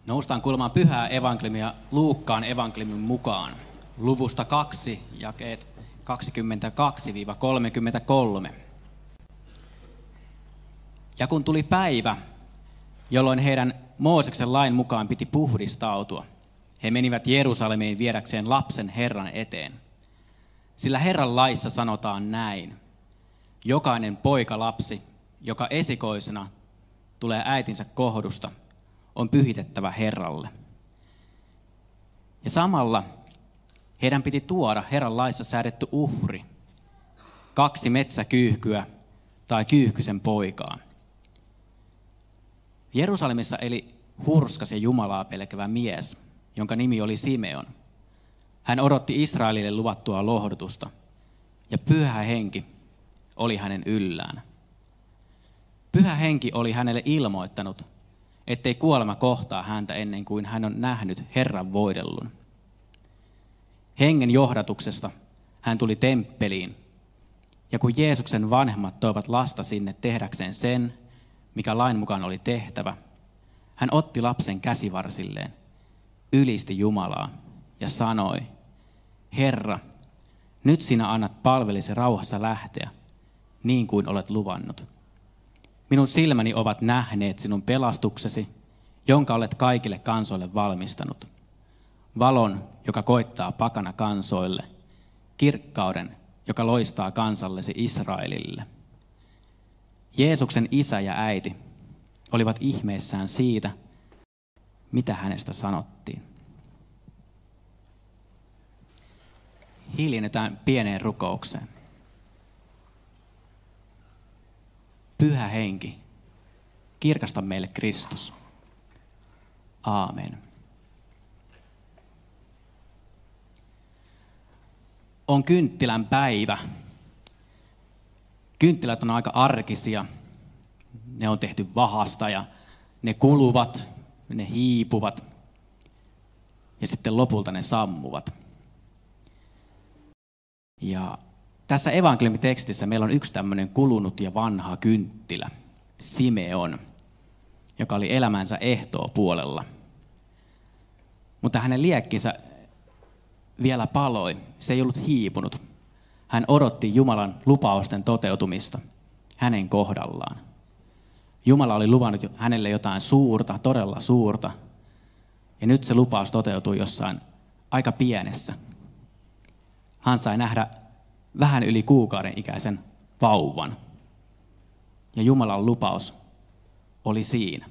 Noustaan kuulemaan pyhää evankeliumia Luukkaan evankeliumin mukaan. Luvusta 2, jakeet 22-33. Ja kun tuli päivä, jolloin heidän Mooseksen lain mukaan piti puhdistautua, he menivät Jerusalemiin viedäkseen lapsen Herran eteen. Sillä Herran laissa sanotaan näin: jokainen poikalapsi, joka esikoisena tulee äitinsä kohdusta, on pyhitettävä Herralle. Ja samalla heidän piti tuoda Herran laissa säädetty uhri, 2 metsäkyyhkyä tai kyyhkysen poikaa. Jerusalemissa eli hurskas ja Jumalaa pelkävä mies, jonka nimi oli Simeon. Hän odotti Israelille luvattua lohdutusta, ja Pyhä Henki oli hänen yllään. Pyhä Henki oli hänelle ilmoittanut, ettei kuolema kohtaa häntä ennen kuin hän on nähnyt Herran voidellun. Hengen johdatuksesta hän tuli temppeliin, ja kun Jeesuksen vanhemmat toivat lasta sinne tehdäkseen sen, mikä lain mukaan oli tehtävä, hän otti lapsen käsivarsilleen, ylisti Jumalaa ja sanoi: Herra, nyt sinä annat palvelisi rauhassa lähteä, niin kuin olet luvannut. Minun silmäni ovat nähneet sinun pelastuksesi, jonka olet kaikille kansoille valmistanut. Valon, joka koittaa pakana kansoille, kirkkauden, joka loistaa kansallesi Israelille. Jeesuksen isä ja äiti olivat ihmeissään siitä, mitä hänestä sanottiin. Hiljennytään pieneen rukoukseen. Pyhä Henki, kirkasta meille Kristus. Aamen. On kynttilän päivä. Kynttilät on aika arkisia. Ne on tehty vahasta ja ne kuluvat, ne hiipuvat ja sitten lopulta ne sammuvat. Ja tässä evankeliumitekstissä meillä on yksi tämmöinen kulunut ja vanha kynttilä, Simeon, joka oli elämänsä ehtoopuolella. Mutta hänen liekkinsä vielä paloi, se ei ollut hiipunut. Hän odotti Jumalan lupausten toteutumista hänen kohdallaan. Jumala oli luvannut hänelle jotain suurta, todella suurta, ja nyt se lupaus toteutui jossain aika pienessä. Hän sai nähdä vähän yli kuukauden ikäisen vauvan, ja Jumalan lupaus oli siinä.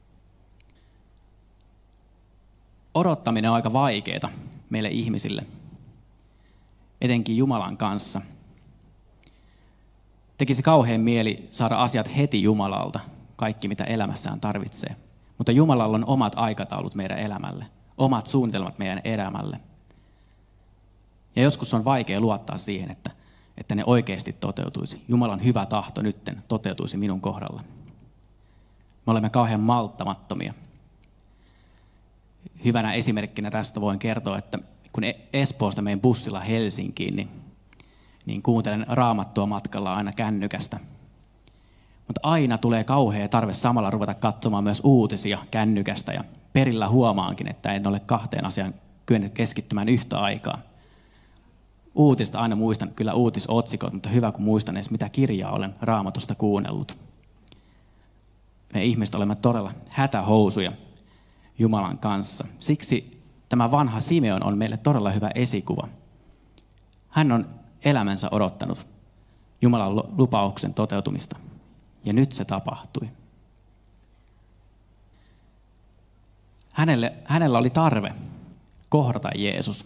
Odottaminen on aika vaikeaa meille ihmisille, etenkin Jumalan kanssa. Tekisi kauhean mieli saada asiat heti Jumalalta, kaikki mitä elämässään tarvitsee. Mutta Jumalalla on omat aikataulut meidän elämälle, omat suunnitelmat meidän elämälle. Ja joskus on vaikea luottaa siihen, että ne oikeasti toteutuisi. Jumalan hyvä tahto nytten toteutuisi minun kohdalla. Me olemme kauhean malttamattomia. Hyvänä esimerkkinä tästä voin kertoa, että kun Espoosta meidän bussilla Helsinkiin, niin kuuntelen raamattua matkalla aina kännykästä. Mutta aina tulee kauhea tarve samalla ruveta katsomaan myös uutisia kännykästä, ja perillä huomaankin, että en ole 2 asiaan kyennyt keskittymään yhtä aikaa. Uutista aina muistan kyllä uutisotsikot, mutta hyvä kun muistan edes mitä kirjaa olen Raamatusta kuunnellut. Me ihmiset olemme todella hätähousuja Jumalan kanssa. Siksi tämä vanha Simeon on meille todella hyvä esikuva. Hän on elämänsä odottanut Jumalan lupauksen toteutumista, ja nyt se tapahtui. Hänellä oli tarve kohdata Jeesus.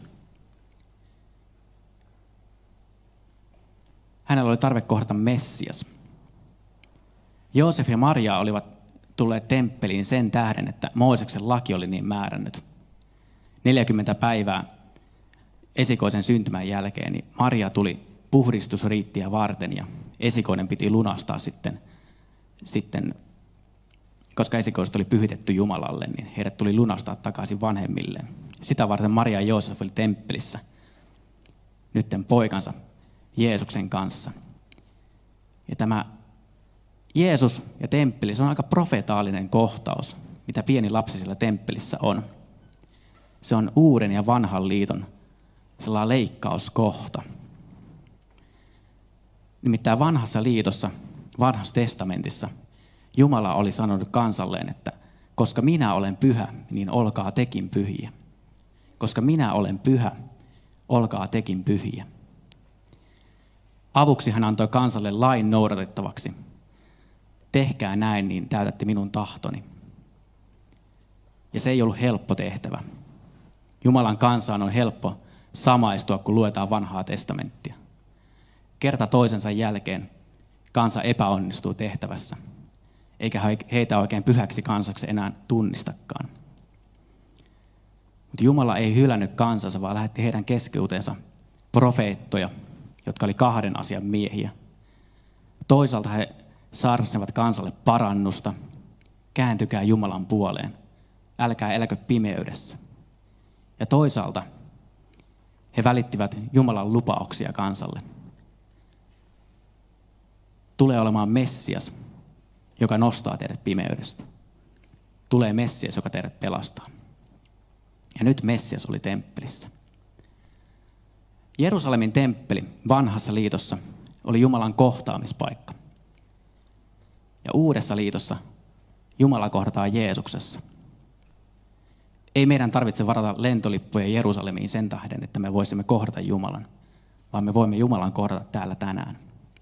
Hänellä oli tarve kohdata Messias. Joosef ja Maria olivat tulleet temppeliin sen tähden, että Mooseksen laki oli niin määrännyt. 40 päivää esikoisen syntymän jälkeen niin Maria tuli puhdistusriittiä varten, ja esikoinen piti lunastaa sitten, koska esikoiset oli pyhitetty Jumalalle, niin heidät tuli lunastaa takaisin vanhemmilleen. Sitä varten Maria ja Joosef oli temppelissä nytten poikansa Jeesuksen kanssa. Ja tämä Jeesus ja temppeli, se on aika profetaalinen kohtaus. mitä pieni lapsi siellä temppelissä on. Se on uuden ja vanhan liiton sellainen leikkauskohta. Nimittäin vanhassa liitossa, vanhassa testamentissa, Jumala oli sanonut kansalleen, että koska minä olen pyhä, niin olkaa tekin pyhiä. Koska minä olen pyhä, olkaa tekin pyhiä. Avuksi hän antoi kansalle lain noudatettavaksi. Tehkää näin, niin täytätte minun tahtoni. Ja se ei ollut helppo tehtävä. Jumalan kansaan on helppo samaistua, kun luetaan vanhaa testamenttia. Kerta toisensa jälkeen kansa epäonnistuu tehtävässä, eikä heitä oikein pyhäksi kansaksi enää tunnistakaan. Mutta Jumala ei hylännyt kansansa, vaan lähetti heidän keskuuteensa profeettoja, jotka oli 2 asian miehiä. Toisaalta he saarnasivat kansalle parannusta, kääntykää Jumalan puoleen, älkää eläkö pimeydessä. Ja toisaalta he välittivät Jumalan lupauksia kansalle. Tulee olemaan Messias, joka nostaa teidät pimeydestä. Tulee Messias, joka teidät pelastaa. Ja nyt Messias oli temppelissä. Jerusalemin temppeli vanhassa liitossa oli Jumalan kohtaamispaikka. Ja uudessa liitossa Jumala kohdataan Jeesuksessa. Ei meidän tarvitse varata lentolippuja Jerusalemiin sen tähden, että me voisimme kohdata Jumalan, vaan me voimme Jumalan kohdata täällä tänään.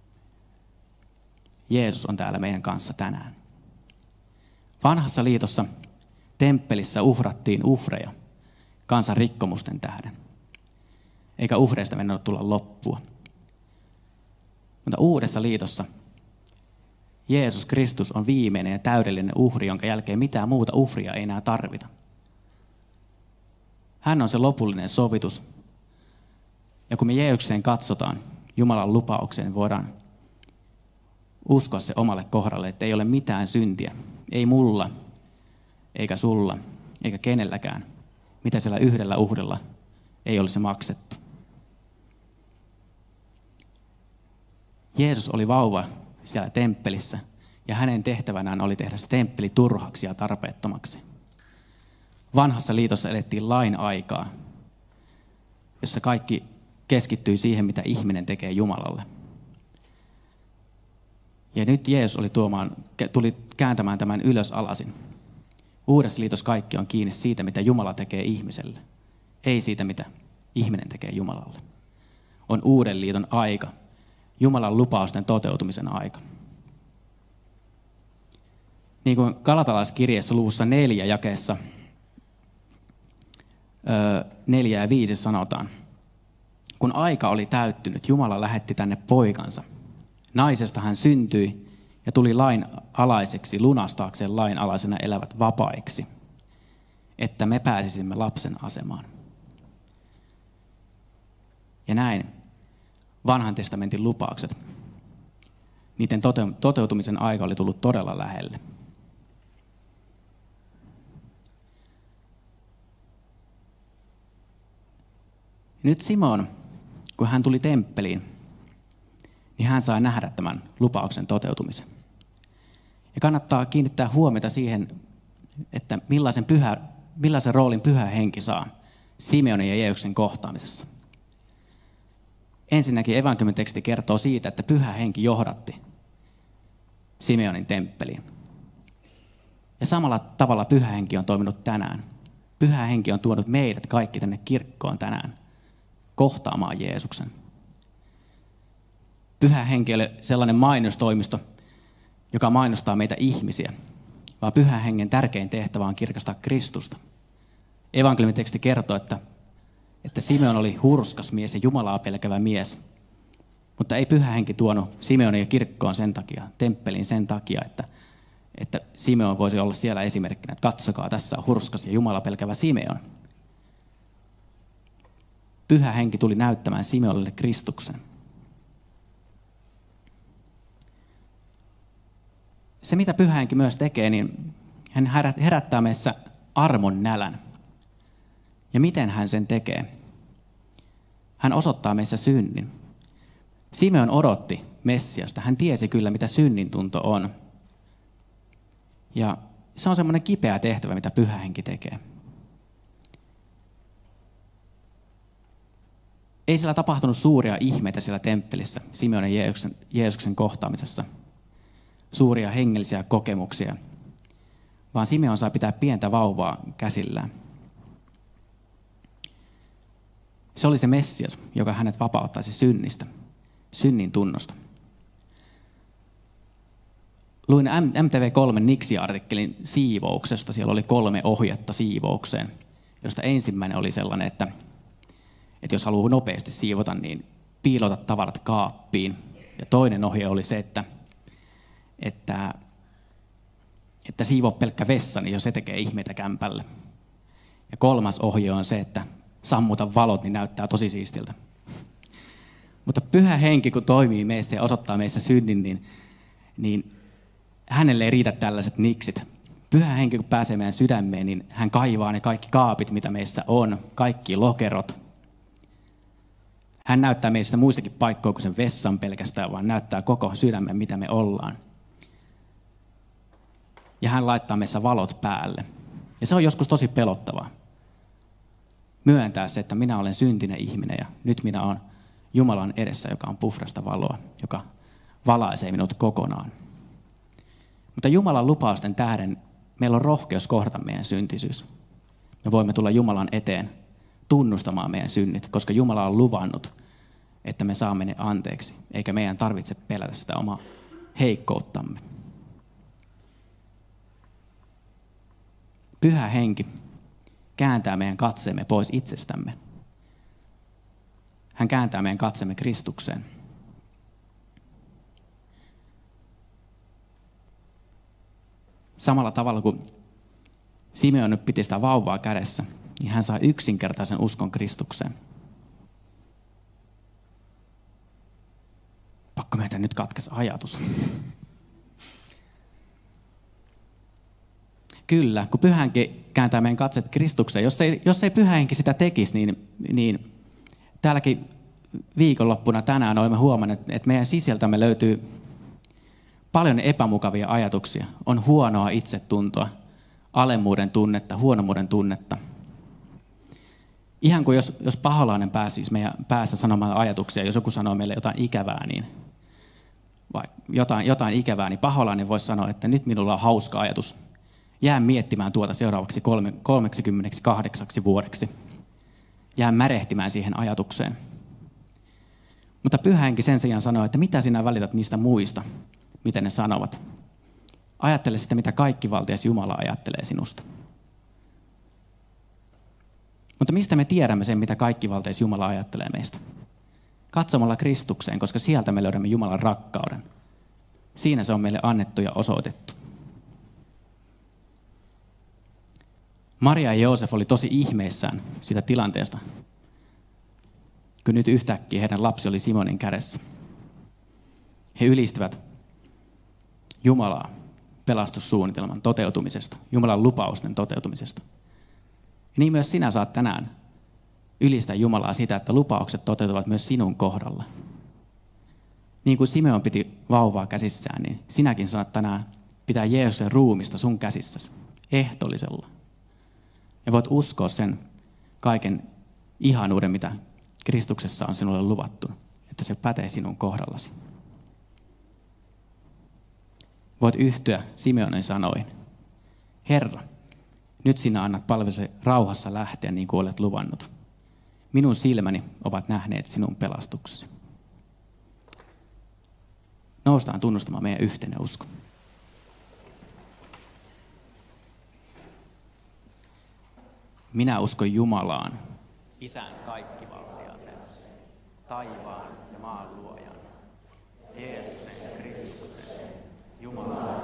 Jeesus on täällä meidän kanssa tänään. Vanhassa liitossa temppelissä uhrattiin uhreja kansan rikkomusten tähden. Eikä uhreista mennä tulla loppua. Mutta uudessa liitossa Jeesus Kristus on viimeinen ja täydellinen uhri, jonka jälkeen mitään muuta uhria ei enää tarvita. Hän on se lopullinen sovitus. Ja kun me Jeesukseen katsotaan, Jumalan lupaukseen, voidaan uskoa se omalle kohdalle, että ei ole mitään syntiä. Ei mulla, eikä sulla, eikä kenelläkään, mitä siellä yhdellä uhrilla ei olisi maksettu. Jeesus oli vauva siellä temppelissä, ja hänen tehtävänään oli tehdä se temppeli turhaksi ja tarpeettomaksi. Vanhassa liitossa elettiin lain aikaa, jossa kaikki keskittyi siihen, mitä ihminen tekee Jumalalle. Ja nyt Jeesus tuli kääntämään tämän ylös alasin. Uudessa liitossa kaikki on kiinni siitä, mitä Jumala tekee ihmiselle, ei siitä, mitä ihminen tekee Jumalalle. On uuden liiton aika, Jumalan lupausten toteutumisen aika. Niin kuin Galatalaiskirjeessä luvussa 4 jakeessa 4 ja 5 sanotaan, kun aika oli täyttynyt, Jumala lähetti tänne poikansa. Naisesta hän syntyi ja tuli lain alaiseksi lunastaakseen lain alaisena elävät vapaiksi, että me pääsisimme lapsen asemaan. Ja näin vanhan testamentin lupaukset, niiden toteutumisen aika oli tullut todella lähelle. Nyt Simon, kun hän tuli temppeliin, niin hän sai nähdä tämän lupauksen toteutumisen. Ja kannattaa kiinnittää huomiota siihen, että millaisen roolin Pyhä Henki saa Simeonin ja Jeesuksen kohtaamisessa. Ensinnäkin evankeliumiteksti kertoo siitä, että Pyhä Henki johdatti Simeonin temppeliin. Ja samalla tavalla Pyhä Henki on toiminut tänään. Pyhä Henki on tuonut meidät kaikki tänne kirkkoon tänään kohtaamaan Jeesuksen. Pyhä Henki ei ole sellainen mainostoimisto, joka mainostaa meitä ihmisiä, vaan Pyhän Hengen tärkein tehtävä on kirkastaa Kristusta. Evankeliumiteksti kertoo, että Simeon oli hurskas mies ja Jumalaa pelkävä mies, mutta ei Pyhä Henki tuonut Simeonia kirkkoon sen takia, temppeliin sen takia, että Simeon voisi olla siellä esimerkkinä, että katsokaa, tässä on hurskas ja Jumalaa pelkävä Simeon. Pyhä Henki tuli näyttämään Simeonille Kristuksen. Se, mitä Pyhä Henki myös tekee, niin hän herättää meissä armon nälän. Ja miten hän sen tekee? Hän osoittaa meissä synnin. Simeon odotti Messiasta. Hän tiesi kyllä, mitä synnin tunto on. Ja se on semmoinen kipeä tehtävä, mitä Pyhä Henki tekee. Ei siellä tapahtunut suuria ihmeitä siellä temppelissä, Simeonin Jeesuksen kohtaamisessa. Suuria hengellisiä kokemuksia, vaan Simeon saa pitää pientä vauvaa käsillään. Se oli se Messias, joka hänet vapauttaisi synnistä, synnin tunnosta. Luin MTV3 Nixi-artikkelin siivouksesta. Siellä oli 3 ohjetta siivoukseen, josta ensimmäinen oli sellainen, että jos haluaa nopeasti siivota, niin piilota tavarat kaappiin. Ja toinen ohje oli se, että siivoo pelkkä vessa, niin jos se tekee ihmeitä kämpälle. Ja 3. ohje on se, että sammuta valot, niin näyttää tosi siistiltä. Mutta Pyhä Henki, kun toimii meissä ja osoittaa meissä synnin, niin hänelle ei riitä tällaiset niksit. Pyhä Henki, kun pääsee meidän sydämeen, niin hän kaivaa ne kaikki kaapit, mitä meissä on, kaikki lokerot. Hän näyttää meistä muissakin paikkoja kuin sen vessan pelkästään, vaan näyttää koko sydämen, mitä me ollaan. Ja hän laittaa meissä valot päälle. Ja se on joskus tosi pelottavaa. Myöntää se, että minä olen syntinen ihminen ja nyt minä olen Jumalan edessä, joka on puhdasta valoa, joka valaisee minut kokonaan. Mutta Jumalan lupausten tähden meillä on rohkeus kohdata meidän syntisyys. Me voimme tulla Jumalan eteen tunnustamaan meidän synnit, koska Jumala on luvannut, että me saamme ne anteeksi, eikä meidän tarvitse pelätä sitä omaa heikkouttamme. Pyhä Henki kääntää meidän katseemme pois itsestämme. Hän kääntää meidän katseemme Kristukseen. Samalla tavalla kuin Simeon nyt piti sitä vauvaa kädessä, niin hän saa yksinkertaisen uskon Kristukseen. Pakko meitä nyt katkesi ajatus. Kyllä, kun Pyhä Henki kääntää meidän katseet Kristukseen. Jos ei Pyhä Henki sitä tekisi, niin täälläkin viikonloppuna tänään olemme huomanneet, että meidän sisältämme löytyy paljon epämukavia ajatuksia. On huonoa itsetuntoa, alemmuuden tunnetta, huonomuuden tunnetta. Ihan kuin jos paholainen pääsisi meidän päässä sanomaan ajatuksia, jos joku sanoo meille jotain ikävää, jotain ikävää, niin paholainen voisi sanoa, että nyt minulla on hauska ajatus. Jää miettimään tuota seuraavaksi 38 vuodeksi. Jää märehtimään siihen ajatukseen. Mutta Pyhä Henki sen sijaan sanoo, että mitä sinä välität niistä muista, mitä ne sanovat. Ajattele sitä, mitä kaikkivaltias Jumala ajattelee sinusta. Mutta mistä me tiedämme sen, mitä kaikkivaltias Jumala ajattelee meistä? Katsomalla Kristukseen, koska sieltä me löydämme Jumalan rakkauden. Siinä se on meille annettu ja osoitettu. Maria ja Joosef oli tosi ihmeissään sitä tilanteesta, kun nyt yhtäkkiä heidän lapsi oli Simonin kädessä. He ylistivät Jumalaa pelastussuunnitelman toteutumisesta, Jumalan lupausten toteutumisesta. Ja niin myös sinä saat tänään ylistää Jumalaa sitä, että lupaukset toteutuvat myös sinun kohdalla. Niin kuin Simeon piti vauvaa käsissään, niin sinäkin saat tänään pitää Jeesuksen ruumista sun käsissäsi ehtoollisella. Ja voit uskoa sen kaiken ihanuuden, mitä Kristuksessa on sinulle luvattu, että se pätee sinun kohdallasi. Voit yhtyä Simeonin sanoin. Herra, nyt sinä annat palvelusi rauhassa lähteä niin kuin olet luvannut. Minun silmäni ovat nähneet sinun pelastuksesi. Noustaan tunnustamaan meidän yhteinen usko. Minä uskon Jumalaan, Isän kaikkivaltiaseen, taivaan ja maan luojan, Jeesuksen Kristuksen, Jumalan